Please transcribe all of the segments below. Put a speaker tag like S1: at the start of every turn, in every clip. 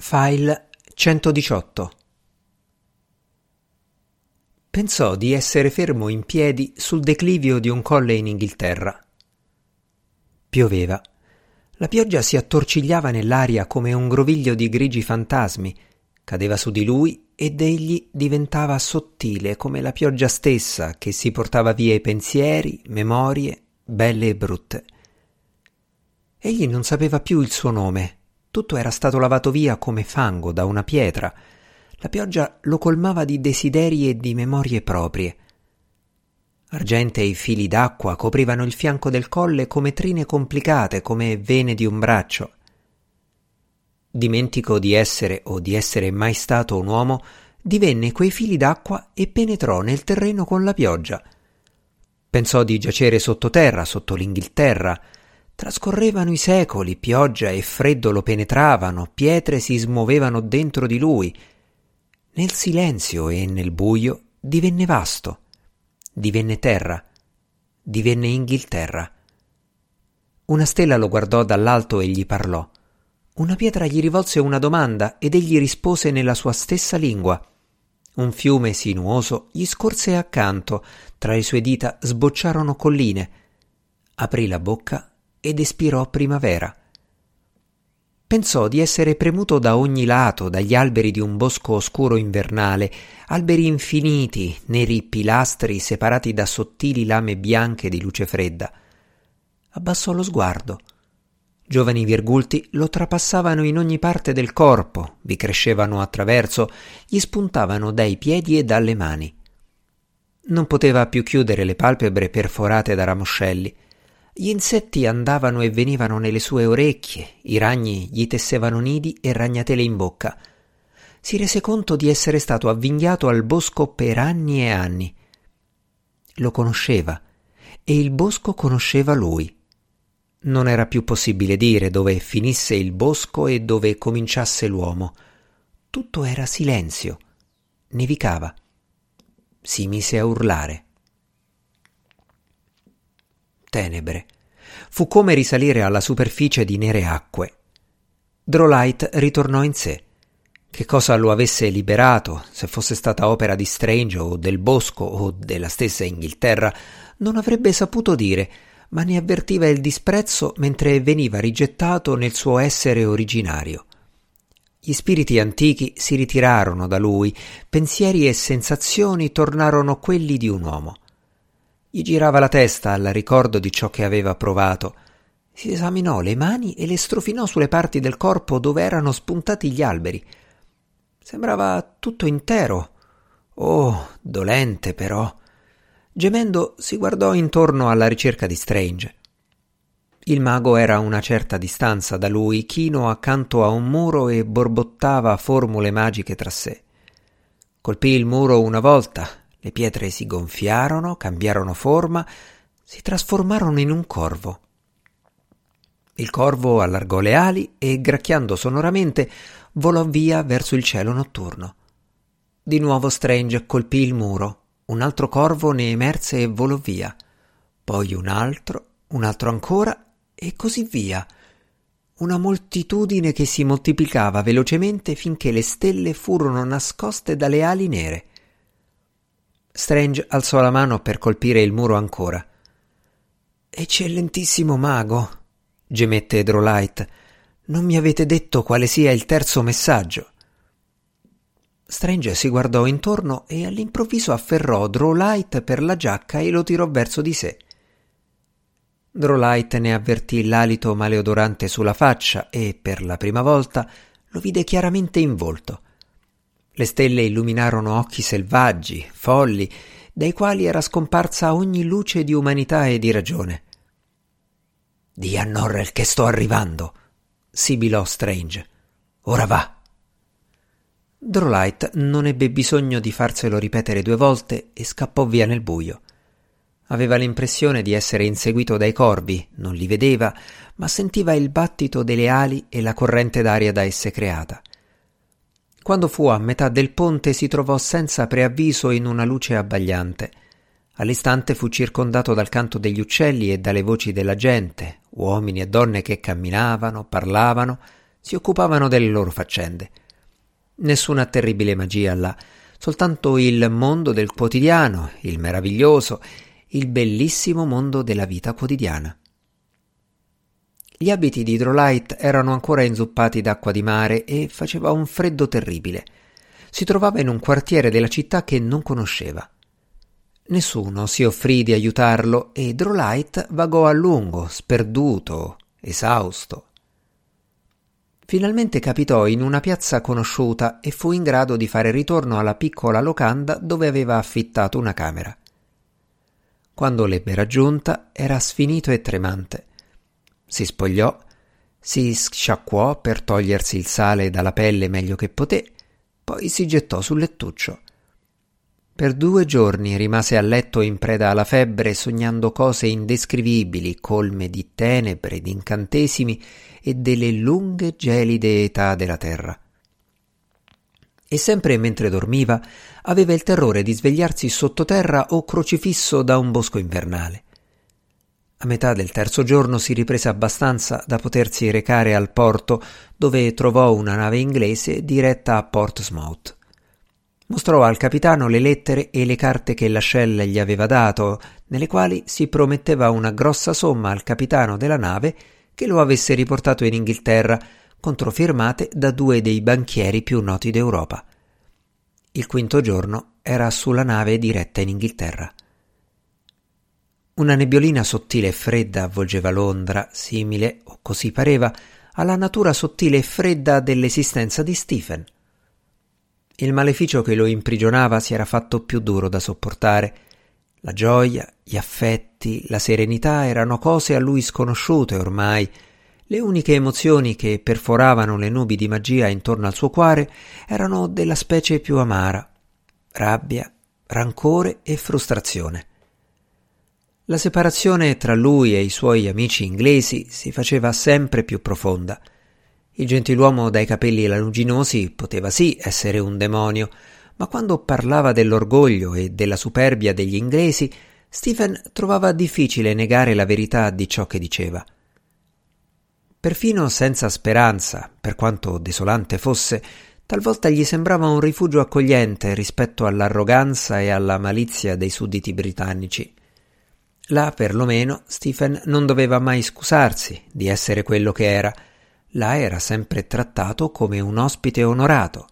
S1: File 118. Pensò di essere fermo in piedi sul declivio di un colle in Inghilterra. Pioveva. La pioggia si attorcigliava nell'aria come un groviglio di grigi fantasmi, cadeva su di lui ed egli diventava sottile come la pioggia stessa che si portava via i pensieri, memorie, belle e brutte. Egli non sapeva più il suo nome. Tutto era stato lavato via come fango da una pietra. La pioggia lo colmava di desideri e di memorie proprie. Argentei fili d'acqua coprivano il fianco del colle come trine complicate, come vene di un braccio. Dimentico di essere o di essere mai stato un uomo, divenne quei fili d'acqua e penetrò nel terreno con la pioggia. Pensò di giacere sottoterra, sotto l'Inghilterra. Trascorrevano i secoli, pioggia e freddo lo penetravano, pietre si smuovevano dentro di lui. Nel silenzio e nel buio divenne vasto, divenne terra, divenne Inghilterra. Una stella lo guardò dall'alto e gli parlò. Una pietra gli rivolse una domanda ed egli rispose nella sua stessa lingua. Un fiume sinuoso gli scorse accanto, tra le sue dita sbocciarono colline. Aprì la bocca ed espirò primavera. Pensò di essere premuto da ogni lato dagli alberi di un bosco oscuro invernale, alberi infiniti, neri pilastri separati da sottili lame bianche di luce fredda. Abbassò lo sguardo. Giovani virgulti lo trapassavano in ogni parte del corpo, vi crescevano attraverso, gli spuntavano dai piedi e dalle mani. Non poteva più chiudere le palpebre perforate da ramoscelli. Gli insetti andavano e venivano nelle sue orecchie, i ragni gli tessevano nidi e ragnatele in bocca. Si rese conto di essere stato avvinghiato al bosco per anni e anni. Lo conosceva e il bosco conosceva lui. Non era più possibile dire dove finisse il bosco e dove cominciasse l'uomo. Tutto era silenzio. Nevicava. Si mise a urlare. Tenebre. Fu come risalire alla superficie di nere acque. Drolight ritornò in sé. Che cosa lo avesse liberato, se fosse stata opera di Strange o del bosco o della stessa Inghilterra, non avrebbe saputo dire, ma ne avvertiva il disprezzo mentre veniva rigettato nel suo essere originario. Gli spiriti antichi si ritirarono da lui, pensieri e sensazioni tornarono quelli di un uomo. Gli girava la testa al ricordo di ciò che aveva provato. Si esaminò le mani e le strofinò sulle parti del corpo dove erano spuntati gli alberi. Sembrava tutto intero. Oh, dolente però. Gemendo si guardò intorno alla ricerca di Strange. Il mago era a una certa distanza da lui, chino accanto a un muro e borbottava formule magiche tra sé. Colpì il muro una volta. Le pietre si gonfiarono, cambiarono forma, si trasformarono in un corvo. Il corvo allargò le ali e, gracchiando sonoramente, volò via verso il cielo notturno. Di nuovo Strange colpì il muro, un altro corvo ne emerse e volò via, poi un altro ancora e così via. Una moltitudine che si moltiplicava velocemente finché le stelle furono nascoste dalle ali nere. Strange alzò la mano per colpire il muro ancora. «Eccellentissimo mago», gemette Drolight, «non mi avete detto quale sia il terzo messaggio». Strange si guardò intorno e all'improvviso afferrò Drolight per la giacca e lo tirò verso di sé. Drolight ne avvertì l'alito maleodorante sulla faccia e, per la prima volta, lo vide chiaramente in volto. Le stelle illuminarono occhi selvaggi, folli, dai quali era scomparsa ogni luce di umanità e di ragione. «Dì a Norrell che sto arrivando», sibilò Strange. «Ora va». Drolight non ebbe bisogno di farselo ripetere 2 volte e scappò via nel buio. Aveva l'impressione di essere inseguito dai corvi, non li vedeva, ma sentiva il battito delle ali e la corrente d'aria da esse creata. Quando fu a metà del ponte si trovò senza preavviso in una luce abbagliante. All'istante fu circondato dal canto degli uccelli e dalle voci della gente, uomini e donne che camminavano, parlavano, si occupavano delle loro faccende. Nessuna terribile magia là, soltanto il mondo del quotidiano, il meraviglioso, il bellissimo mondo della vita quotidiana. Gli abiti di Drolight erano ancora inzuppati d'acqua di mare e faceva un freddo terribile. Si trovava in un quartiere della città che non conosceva. Nessuno si offrì di aiutarlo e Drolight vagò a lungo, sperduto, esausto. Finalmente capitò in una piazza conosciuta e fu in grado di fare ritorno alla piccola locanda dove aveva affittato una camera. Quando l'ebbe raggiunta era sfinito e tremante. Si spogliò, si sciacquò per togliersi il sale dalla pelle meglio che poté, poi si gettò sul lettuccio. Per 2 giorni rimase a letto in preda alla febbre, sognando cose indescrivibili, colme di tenebre, di incantesimi e delle lunghe gelide età della terra. E sempre mentre dormiva aveva il terrore di svegliarsi sottoterra o crocifisso da un bosco invernale. A metà del 3° giorno si riprese abbastanza da potersi recare al porto, dove trovò una nave inglese diretta a Portsmouth. Mostrò al capitano le lettere e le carte che l'ascella gli aveva dato, nelle quali si prometteva una grossa somma al capitano della nave che lo avesse riportato in Inghilterra, controfirmate da 2 dei banchieri più noti d'Europa. Il 5° giorno era sulla nave diretta in Inghilterra. Una nebbiolina sottile e fredda avvolgeva Londra, simile, o così pareva, alla natura sottile e fredda dell'esistenza di Stephen. Il maleficio che lo imprigionava si era fatto più duro da sopportare. La gioia, gli affetti, la serenità erano cose a lui sconosciute ormai. Le uniche emozioni che perforavano le nubi di magia intorno al suo cuore erano della specie più amara: rabbia, rancore e frustrazione. La separazione tra lui e i suoi amici inglesi si faceva sempre più profonda. Il gentiluomo dai capelli lanuginosi poteva sì essere un demonio, ma quando parlava dell'orgoglio e della superbia degli inglesi, Stephen trovava difficile negare la verità di ciò che diceva. Perfino senza speranza, per quanto desolante fosse, talvolta gli sembrava un rifugio accogliente rispetto all'arroganza e alla malizia dei sudditi britannici. Là, perlomeno, Stephen non doveva mai scusarsi di essere quello che era. Là era sempre trattato come un ospite onorato.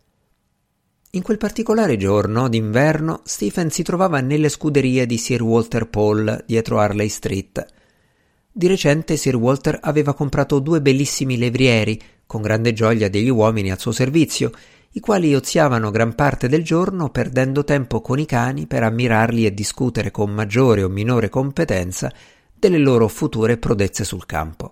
S1: In quel particolare giorno d'inverno Stephen si trovava nelle scuderie di Sir Walter Pole dietro Harley Street. Di recente Sir Walter aveva comprato 2 bellissimi levrieri, con grande gioia degli uomini al suo servizio, i quali oziavano gran parte del giorno perdendo tempo con i cani per ammirarli e discutere con maggiore o minore competenza delle loro future prodezze sul campo.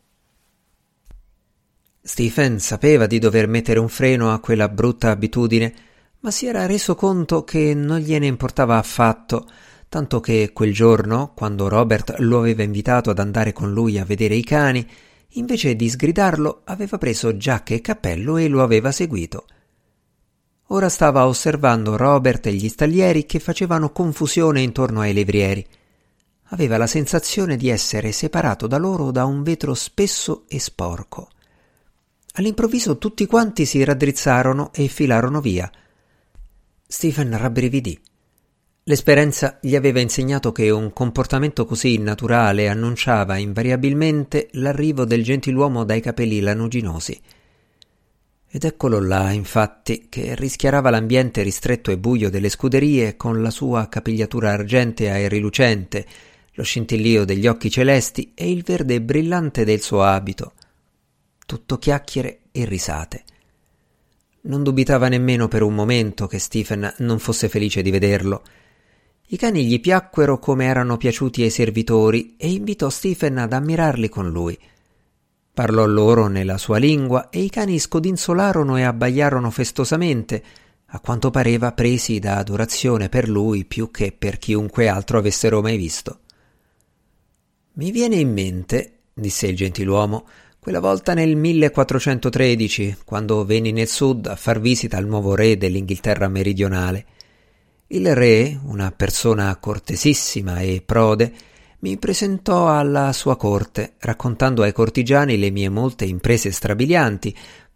S1: Stephen sapeva di dover mettere un freno a quella brutta abitudine, ma si era reso conto che non gliene importava affatto, tanto che quel giorno, quando Robert lo aveva invitato ad andare con lui a vedere i cani, invece di sgridarlo aveva preso giacca e cappello e lo aveva seguito. Ora stava osservando Robert e gli stallieri che facevano confusione intorno ai levrieri. Aveva la sensazione di essere separato da loro da un vetro spesso e sporco. All'improvviso tutti quanti si raddrizzarono e filarono via. Stephen rabbrividì. L'esperienza gli aveva insegnato che un comportamento così naturale annunciava invariabilmente l'arrivo del gentiluomo dai capelli lanuginosi. Ed eccolo là, infatti, che rischiarava l'ambiente ristretto e buio delle scuderie con la sua capigliatura argentea e rilucente, lo scintillio degli occhi celesti e il verde brillante del suo abito. Tutto chiacchiere e risate. Non dubitava nemmeno per un momento che Stephen non fosse felice di vederlo. I cani gli piacquero come erano piaciuti ai servitori e invitò Stephen ad ammirarli con lui. Parlò loro nella sua lingua e i cani scodinzolarono e abbaiarono festosamente, a quanto pareva presi da adorazione per lui più che per chiunque altro avessero mai visto. «Mi viene in mente», disse il gentiluomo, «quella volta nel 1413, quando venni nel sud a far visita al nuovo re dell'Inghilterra meridionale. Il re, una persona cortesissima e prode, mi presentò alla sua corte, raccontando ai cortigiani le mie molte imprese strabilianti,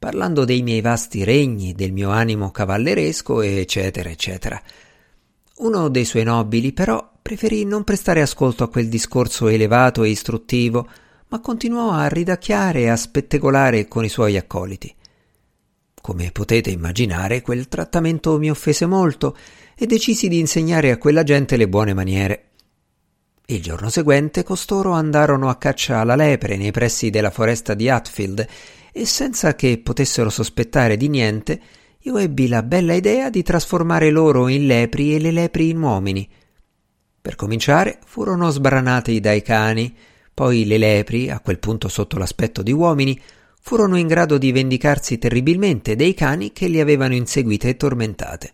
S1: parlando dei miei vasti regni, del mio animo cavalleresco, eccetera, eccetera. Uno dei suoi nobili, però, preferì non prestare ascolto a quel discorso elevato e istruttivo, ma continuò a ridacchiare e a spettegolare con i suoi accoliti. Come potete immaginare, quel trattamento mi offese molto e decisi di insegnare a quella gente le buone maniere. Il giorno seguente costoro andarono a caccia alla lepre nei pressi della foresta di Hatfield e senza che potessero sospettare di niente, io ebbi la bella idea di trasformare loro in lepri e le lepri in uomini. Per cominciare furono sbranati dai cani, poi le lepri, a quel punto sotto l'aspetto di uomini, furono in grado di vendicarsi terribilmente dei cani che li avevano inseguite e tormentate.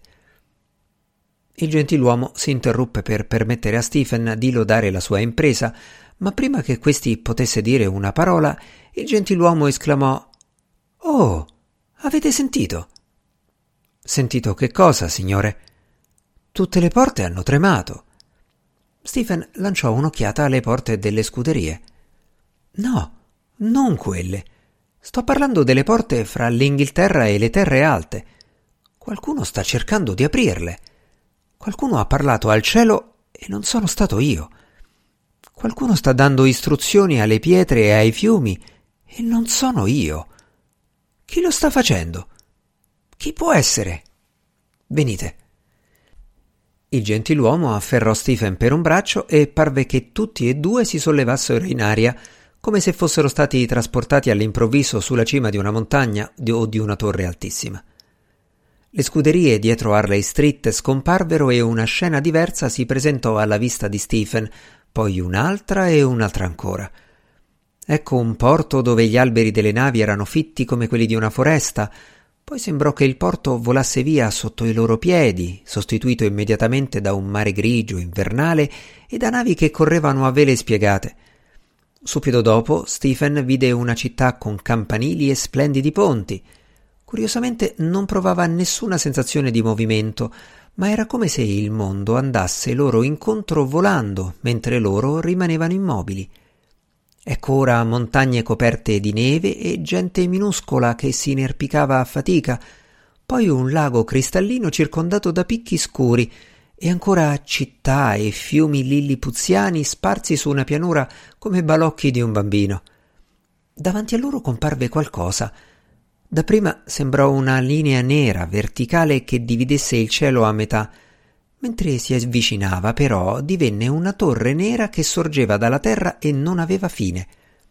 S1: Il gentiluomo si interruppe per permettere a Stephen di lodare la sua impresa, ma prima che questi potesse dire una parola, il gentiluomo esclamò: «Oh, avete sentito?» «Sentito che cosa, signore?» «Tutte le porte hanno tremato». Stephen lanciò un'occhiata alle porte delle scuderie. «No, non quelle. Sto parlando delle porte fra l'Inghilterra e le terre alte. Qualcuno sta cercando di aprirle. Qualcuno ha parlato al cielo e non sono stato io. Qualcuno sta dando istruzioni alle pietre e ai fiumi e non sono io. Chi lo sta facendo? Chi può essere? Venite». Il gentiluomo afferrò Stephen per un braccio e parve che tutti e due si sollevassero in aria, come se fossero stati trasportati all'improvviso sulla cima di una montagna o di una torre altissima. Le scuderie dietro Harley Street scomparvero e una scena diversa si presentò alla vista di Stephen, poi un'altra e un'altra ancora. Ecco un porto dove gli alberi delle navi erano fitti come quelli di una foresta. Poi sembrò che il porto volasse via sotto i loro piedi, sostituito immediatamente da un mare grigio invernale e da navi che correvano a vele spiegate. Subito dopo Stephen vide una città con campanili e splendidi ponti. Curiosamente non provava nessuna sensazione di movimento, ma era come se il mondo andasse loro incontro volando, mentre loro rimanevano immobili. Ecco ora montagne coperte di neve e gente minuscola che si inerpicava a fatica, poi un lago cristallino circondato da picchi scuri e ancora città e fiumi lillipuziani sparsi su una pianura come balocchi di un bambino. Davanti a loro comparve qualcosa. Dapprima sembrò una linea nera verticale che dividesse il cielo a metà. Mentre si avvicinava, però, divenne una torre nera che sorgeva dalla terra e non aveva fine.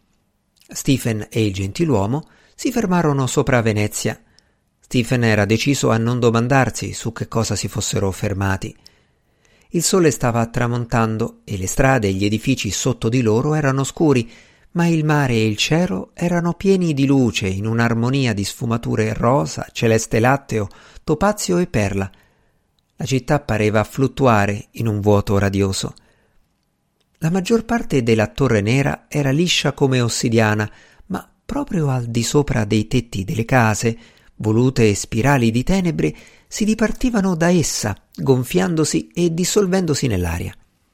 S1: Stephen e il gentiluomo si fermarono sopra Venezia. Stephen era deciso a non domandarsi su che cosa si fossero fermati. Il sole stava tramontando e le strade e gli edifici sotto di loro erano scuri, ma il mare e il cielo erano pieni di luce in un'armonia di sfumature rosa, celeste latteo, topazio e perla. La città pareva fluttuare in un vuoto radioso. La maggior parte della torre nera era liscia come ossidiana, ma proprio al di sopra dei tetti delle case, volute spirali di tenebre, si dipartivano da essa, gonfiandosi e dissolvendosi nell'aria.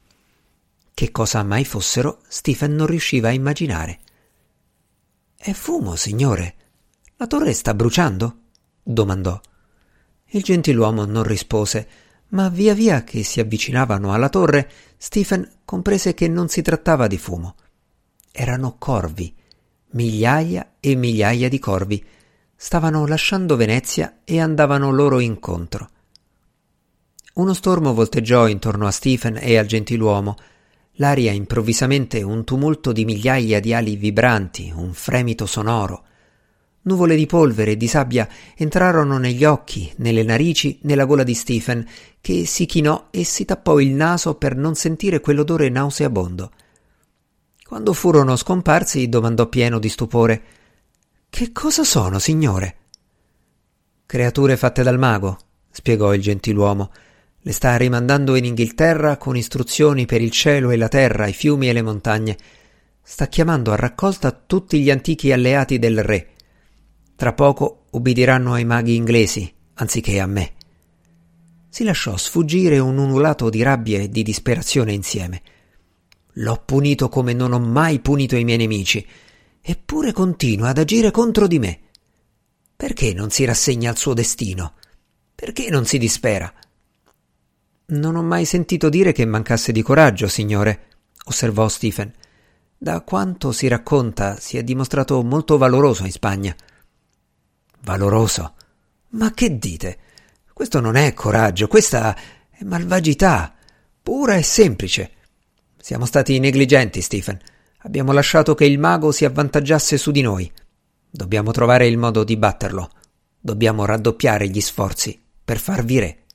S1: Che cosa mai fossero, Stephen non riusciva a immaginare. «È fumo, signore. La torre sta bruciando?» domandò. Il gentiluomo non rispose, ma via via che si avvicinavano alla torre, Stephen comprese che non si trattava di fumo. Erano corvi, migliaia e migliaia di corvi. Stavano lasciando Venezia e andavano loro incontro. Uno stormo volteggiò intorno a Stephen e al gentiluomo. L'aria improvvisamente un tumulto di migliaia di ali vibranti, un fremito sonoro. Nuvole di polvere e di sabbia entrarono negli occhi, nelle narici, nella gola di Stephen, che si chinò e si tappò il naso per non sentire quell'odore nauseabondo. Quando furono scomparsi, domandò pieno di stupore: «Che cosa sono, signore?» «Creature fatte dal mago», spiegò il gentiluomo. «Le sta rimandando in Inghilterra con istruzioni per il cielo e la terra, i fiumi e le montagne. Sta chiamando a raccolta tutti gli antichi alleati del re. Tra poco ubbidiranno ai maghi inglesi, anziché a me». Si lasciò sfuggire un ululato di rabbia e di disperazione insieme. «L'ho punito come non ho mai punito i miei nemici, eppure continua ad agire contro di me. Perché non si rassegna al suo destino? Perché non si dispera? Non ho mai sentito dire che mancasse di coraggio, signore, osservò Stephen. Da quanto si racconta, si è dimostrato molto valoroso in Spagna. Valoroso? Ma che dite? Questo non è coraggio, questa è malvagità, pura e semplice. Siamo stati negligenti, Stephen. Abbiamo lasciato che il mago si avvantaggiasse su di noi. Dobbiamo trovare il modo di batterlo. Dobbiamo raddoppiare gli sforzi per farvi re.